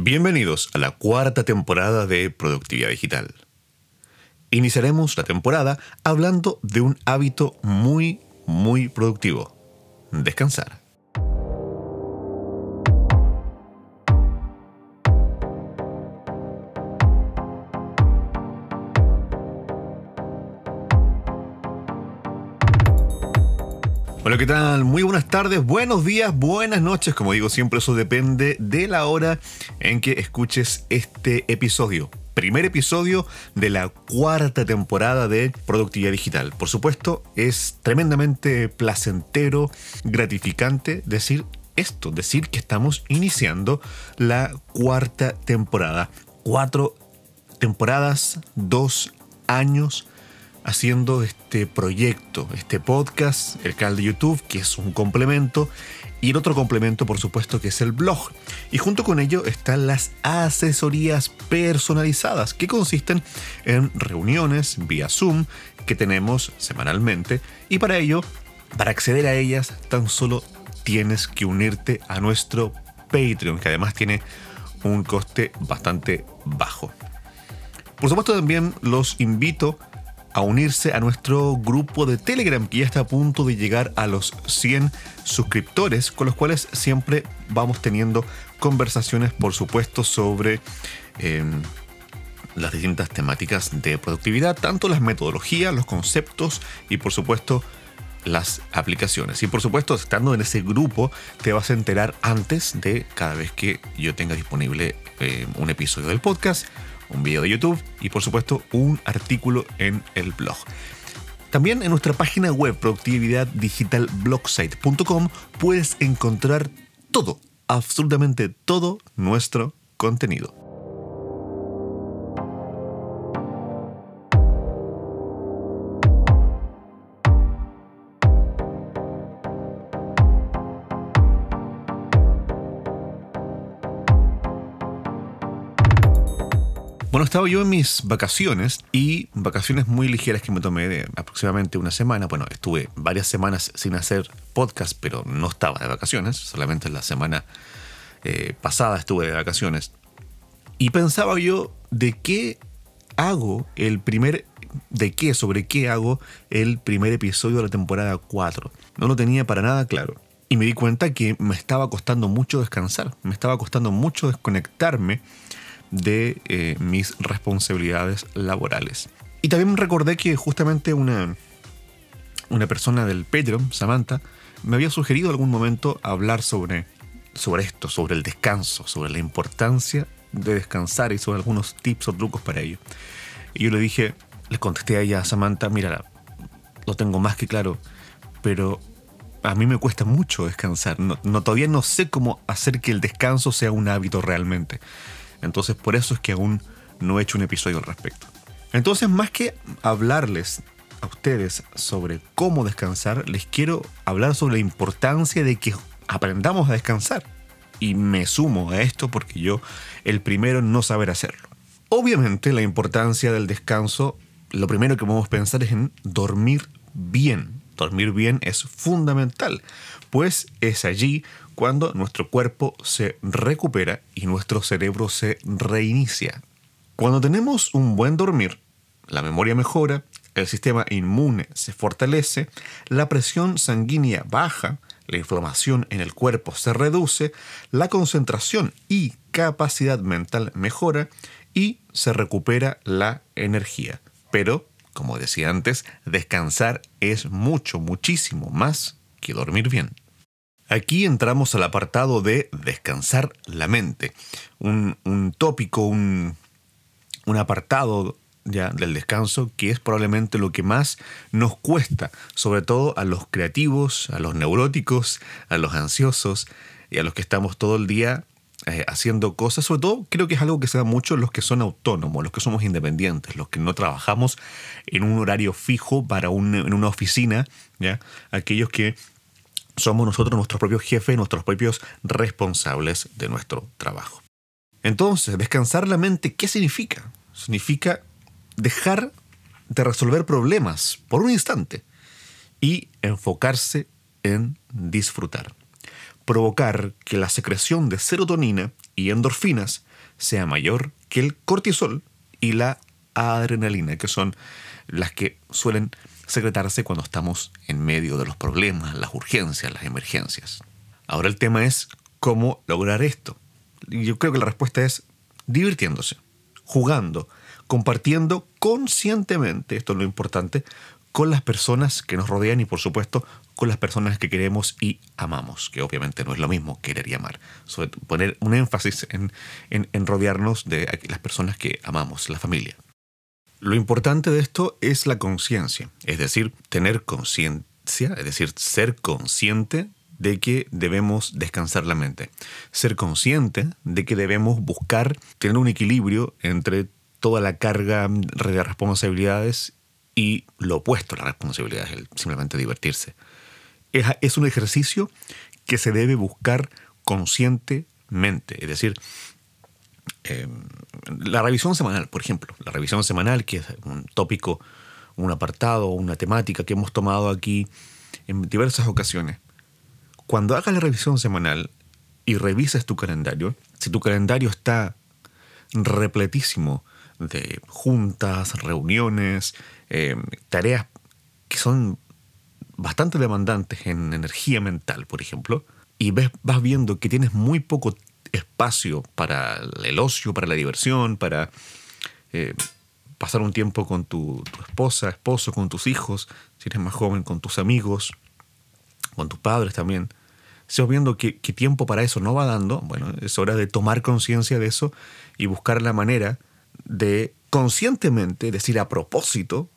Bienvenidos a la cuarta temporada de Productividad Digital. Iniciaremos la temporada hablando de un hábito muy productivo: descansar. Hola, ¿qué tal? Muy buenas tardes, buenos días, buenas noches. Como digo siempre, eso depende de la hora en que escuches este episodio. Primer episodio de la cuarta temporada de Productividad Digital. Por supuesto, es tremendamente placentero, gratificante decir esto, decir que estamos iniciando la cuarta temporada. 4 temporadas, 2 años haciendo este proyecto, este podcast, el canal de YouTube, que es un complemento, y el otro complemento, por supuesto, que es el blog. Y junto con ello están las asesorías personalizadas, que consisten en reuniones vía Zoom que tenemos semanalmente, y para ello, para acceder a ellas, tan solo tienes que unirte a nuestro Patreon, que además tiene un coste bastante bajo. Por supuesto, también los invito a unirse a nuestro grupo de Telegram, que ya está a punto de llegar a los 100 suscriptores, con los cuales siempre vamos teniendo conversaciones, por supuesto, sobre las distintas temáticas de productividad, tanto las metodologías, los conceptos y, por supuesto, las aplicaciones. Y por supuesto, estando en ese grupo, te vas a enterar antes de cada vez que yo tenga disponible un episodio del podcast, un video de YouTube y, por supuesto, un artículo en el blog. También en nuestra página web productividaddigitalblogsite.com puedes encontrar todo, absolutamente todo nuestro contenido. Bueno, estaba yo en mis vacaciones y vacaciones muy ligeras que me tomé de aproximadamente una semana. Bueno, estuve varias semanas sin hacer podcast, pero no estaba de vacaciones. Solamente la semana pasada estuve de vacaciones. Y pensaba yo sobre qué hago el primer episodio de la temporada 4. No lo tenía para nada claro. Y me di cuenta que me estaba costando mucho descansar. Me estaba costando mucho desconectarme de mis responsabilidades laborales. Y también recordé que justamente una persona del Patreon, Samantha, me había sugerido en algún momento hablar sobre esto, sobre el descanso, sobre la importancia de descansar y sobre algunos tips o trucos para ello. Y yo le contesté a ella, a Samantha: mira, lo tengo más que claro, pero a mí me cuesta mucho descansar. Todavía no sé cómo hacer que el descanso sea un hábito realmente. Entonces, por eso es que aún no he hecho un episodio al respecto. Entonces, más que hablarles a ustedes sobre cómo descansar, les quiero hablar sobre la importancia de que aprendamos a descansar. Y me sumo a esto porque yo, el primero en no saber hacerlo. Obviamente, la importancia del descanso, lo primero que podemos pensar es en dormir bien. Dormir bien es fundamental, pues es allí cuando nuestro cuerpo se recupera y nuestro cerebro se reinicia. Cuando tenemos un buen dormir, la memoria mejora, el sistema inmune se fortalece, la presión sanguínea baja, la inflamación en el cuerpo se reduce, la concentración y capacidad mental mejora y se recupera la energía. Pero, como decía antes, descansar es muchísimo más que dormir bien. Aquí entramos al apartado de descansar la mente. Un tópico, un apartado ya del descanso que es probablemente lo que más nos cuesta, sobre todo a los creativos, a los neuróticos, a los ansiosos y a los que estamos todo el día haciendo cosas. Sobre todo creo que es algo que se da mucho en los que son autónomos, los que somos independientes, los que no trabajamos en un horario fijo en una oficina, ¿ya? Aquellos que somos nosotros nuestros propios jefes, nuestros propios responsables de nuestro trabajo. Entonces, descansar la mente, ¿qué significa? Significa dejar de resolver problemas por un instante y enfocarse en disfrutar. Provocar que la secreción de serotonina y endorfinas sea mayor que el cortisol y la adrenalina, que son las que suelen secretarse cuando estamos en medio de los problemas, las urgencias, las emergencias. Ahora el tema es cómo lograr esto. Y yo creo que la respuesta es divirtiéndose, jugando, compartiendo conscientemente, esto es lo importante, con las personas que nos rodean y por supuesto con las personas que queremos y amamos, que obviamente no es lo mismo querer y amar. Poner un énfasis en rodearnos de las personas que amamos, la familia. Lo importante de esto es la conciencia, es decir, tener conciencia, es decir, ser consciente de que debemos descansar la mente. Ser consciente de que debemos buscar tener un equilibrio entre toda la carga de responsabilidades y lo opuesto a la responsabilidad, es simplemente divertirse. Es un ejercicio que se debe buscar conscientemente, es decir, la revisión semanal, por ejemplo. La revisión semanal, que es un tópico, un apartado, una temática que hemos tomado aquí en diversas ocasiones. Cuando hagas la revisión semanal y revises tu calendario, si tu calendario está repletísimo de juntas, reuniones, tareas que son bastante demandantes en energía mental, por ejemplo, y vas viendo que tienes muy poco espacio para el ocio, para la diversión, para pasar un tiempo con tu esposa, esposo, con tus hijos, si eres más joven, con tus amigos, con tus padres también. Si vas viendo que tiempo para eso no va dando, bueno, es hora de tomar conciencia de eso y buscar la manera de conscientemente, es decir, a propósito,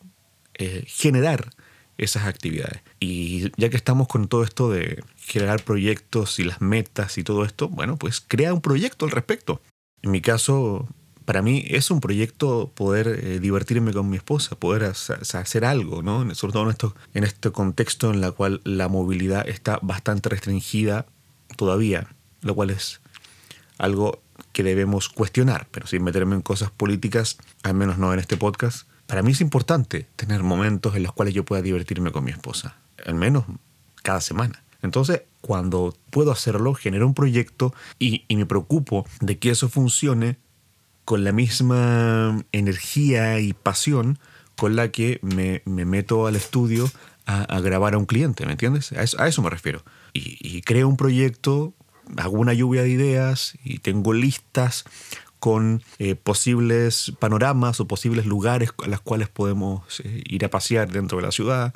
generar esas actividades. Y ya que estamos con todo esto de generar proyectos y las metas y todo esto, bueno, pues crea un proyecto al respecto. En mi caso, para mí es un proyecto poder divertirme con mi esposa, poder hacer algo, ¿no? Sobre todo en este contexto en el cual la movilidad está bastante restringida todavía, lo cual es algo que debemos cuestionar, pero sin meterme en cosas políticas, al menos no en este podcast. Para mí es importante tener momentos en los cuales yo pueda divertirme con mi esposa, al menos cada semana. Entonces, cuando puedo hacerlo, genero un proyecto y me preocupo de que eso funcione con la misma energía y pasión con la que me meto al estudio a grabar a un cliente, ¿me entiendes? A eso me refiero. Y creo un proyecto, hago una lluvia de ideas y tengo listas con posibles panoramas o posibles lugares a los cuales podemos ir a pasear dentro de la ciudad.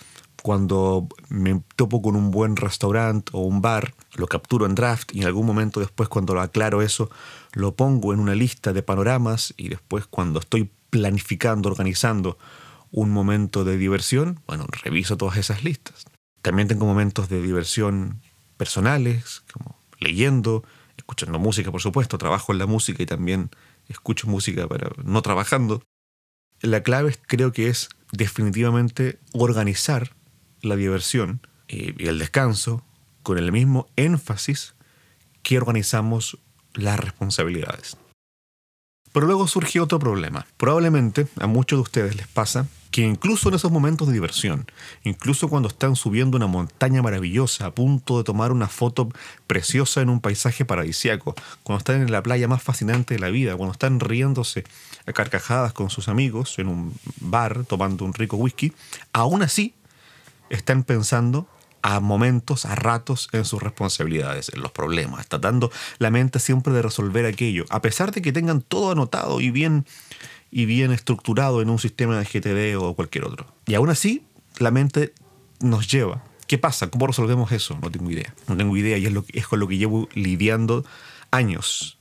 Cuando me topo con un buen restaurante o un bar, lo capturo en draft y en algún momento después, cuando lo aclaro eso, lo pongo en una lista de panoramas y después cuando estoy planificando, organizando un momento de diversión, bueno, reviso todas esas listas. También tengo momentos de diversión personales, como leyendo, escuchando música, por supuesto. Trabajo en la música y también escucho música para no trabajando. La clave creo que es definitivamente organizar la diversión y el descanso con el mismo énfasis que organizamos las responsabilidades. Pero luego surge otro problema. Probablemente a muchos de ustedes les pasa que incluso en esos momentos de diversión, incluso cuando están subiendo una montaña maravillosa, a punto de tomar una foto preciosa en un paisaje paradisíaco, cuando están en la playa más fascinante de la vida, cuando están riéndose a carcajadas con sus amigos en un bar tomando un rico whisky, aún así están pensando a momentos, a ratos en sus responsabilidades, en los problemas. Está dando la mente siempre de resolver aquello, a pesar de que tengan todo anotado y bien estructurado en un sistema de GTD o cualquier otro. Y aún así, la mente nos lleva. ¿Qué pasa? ¿Cómo resolvemos eso? No tengo idea. No tengo idea y es con lo que llevo lidiando años.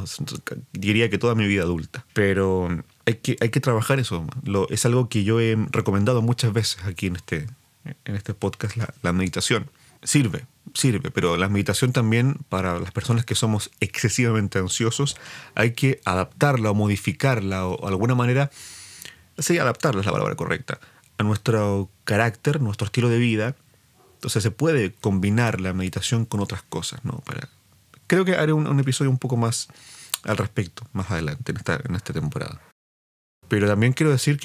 Diría que toda mi vida adulta. Pero hay que trabajar eso. Es algo que yo he recomendado muchas veces aquí en este podcast, la meditación. Sirve, pero la meditación también, para las personas que somos excesivamente ansiosos, hay que adaptarla o modificarla o de alguna manera, sí, adaptarla es la palabra correcta, a nuestro carácter, nuestro estilo de vida. Entonces se puede combinar la meditación con otras cosas, ¿no? Creo que haré un episodio un poco más al respecto, más adelante, en esta temporada. Pero también quiero decir que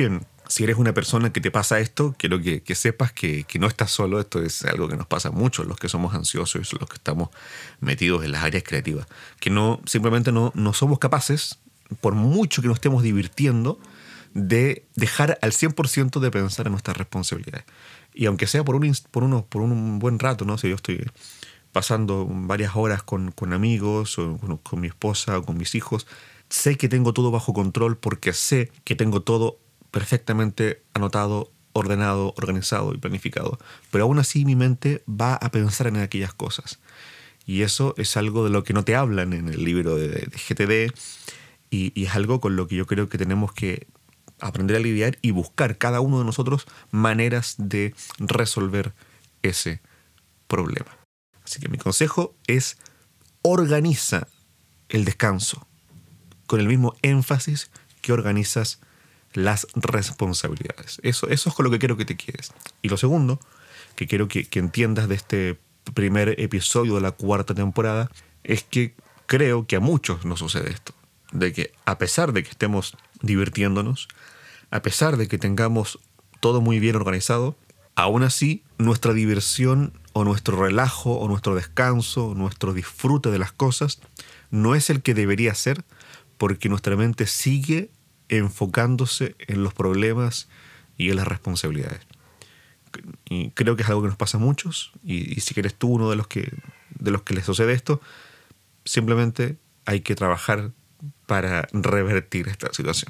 Si eres una persona que te pasa esto, quiero que sepas que no estás solo. Esto es algo que nos pasa a muchos, los que somos ansiosos, los que estamos metidos en las áreas creativas. Que simplemente no somos capaces, por mucho que nos estemos divirtiendo, de dejar al 100% de pensar en nuestras responsabilidades. Y aunque sea por un buen rato, ¿no? Si yo estoy pasando varias horas con amigos, o con mi esposa, o con mis hijos, sé que tengo todo bajo control porque sé que tengo todo perfectamente anotado, ordenado, organizado y planificado. Pero aún así mi mente va a pensar en aquellas cosas. Y eso es algo de lo que no te hablan en el libro de GTD, y es algo con lo que yo creo que tenemos que aprender a lidiar y buscar cada uno de nosotros maneras de resolver ese problema. Así que mi consejo es: organiza el descanso con el mismo énfasis que organizas las responsabilidades. Eso es con lo que quiero que te quedes. Y lo segundo que quiero que entiendas de este primer episodio de la 4ª temporada es que creo que a muchos nos sucede esto. De que a pesar de que estemos divirtiéndonos, a pesar de que tengamos todo muy bien organizado, aún así nuestra diversión o nuestro relajo o nuestro descanso o nuestro disfrute de las cosas no es el que debería ser, porque nuestra mente sigue enfocándose en los problemas y en las responsabilidades. Y creo que es algo que nos pasa a muchos, y si eres tú uno de los que les sucede esto, simplemente hay que trabajar para revertir esta situación.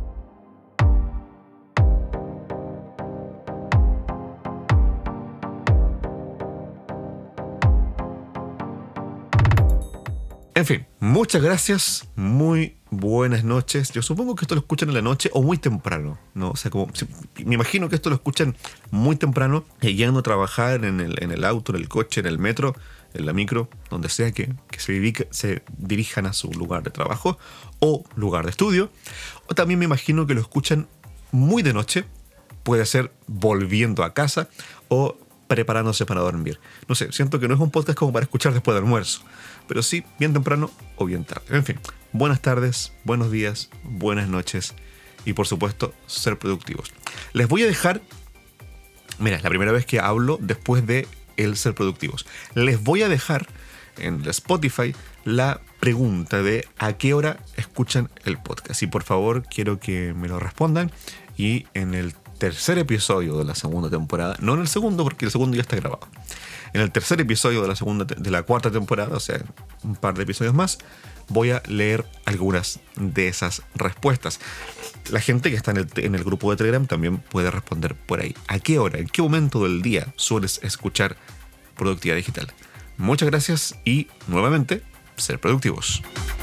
En fin, muchas gracias, muy buenas noches. Yo supongo que esto lo escuchan en la noche o muy temprano, ¿no? O sea, me imagino que esto lo escuchan muy temprano, yendo a trabajar en el auto, en el coche, en el metro, en la micro, donde sea que se dirijan a su lugar de trabajo o lugar de estudio. O también me imagino que lo escuchan muy de noche, puede ser volviendo a casa o preparándose para dormir. No sé, siento que no es un podcast como para escuchar después del almuerzo, pero sí bien temprano o bien tarde. En fin, buenas tardes, buenos días, buenas noches y por supuesto, ser productivos. Les voy a dejar, mira, es la primera vez que hablo después de el ser productivos. Les voy a dejar en Spotify la pregunta de a qué hora escuchan el podcast. Y por favor, quiero que me lo respondan, y en el tercer episodio de la 2ª temporada, no en el segundo porque el segundo ya está grabado, en el tercer episodio de la 4ª temporada, o sea, un par de episodios más, voy a leer algunas de esas respuestas. La gente que está en el grupo de Telegram también puede responder por ahí. ¿A qué hora, en qué momento del día sueles escuchar Productividad Digital? Muchas gracias y nuevamente, ser productivos.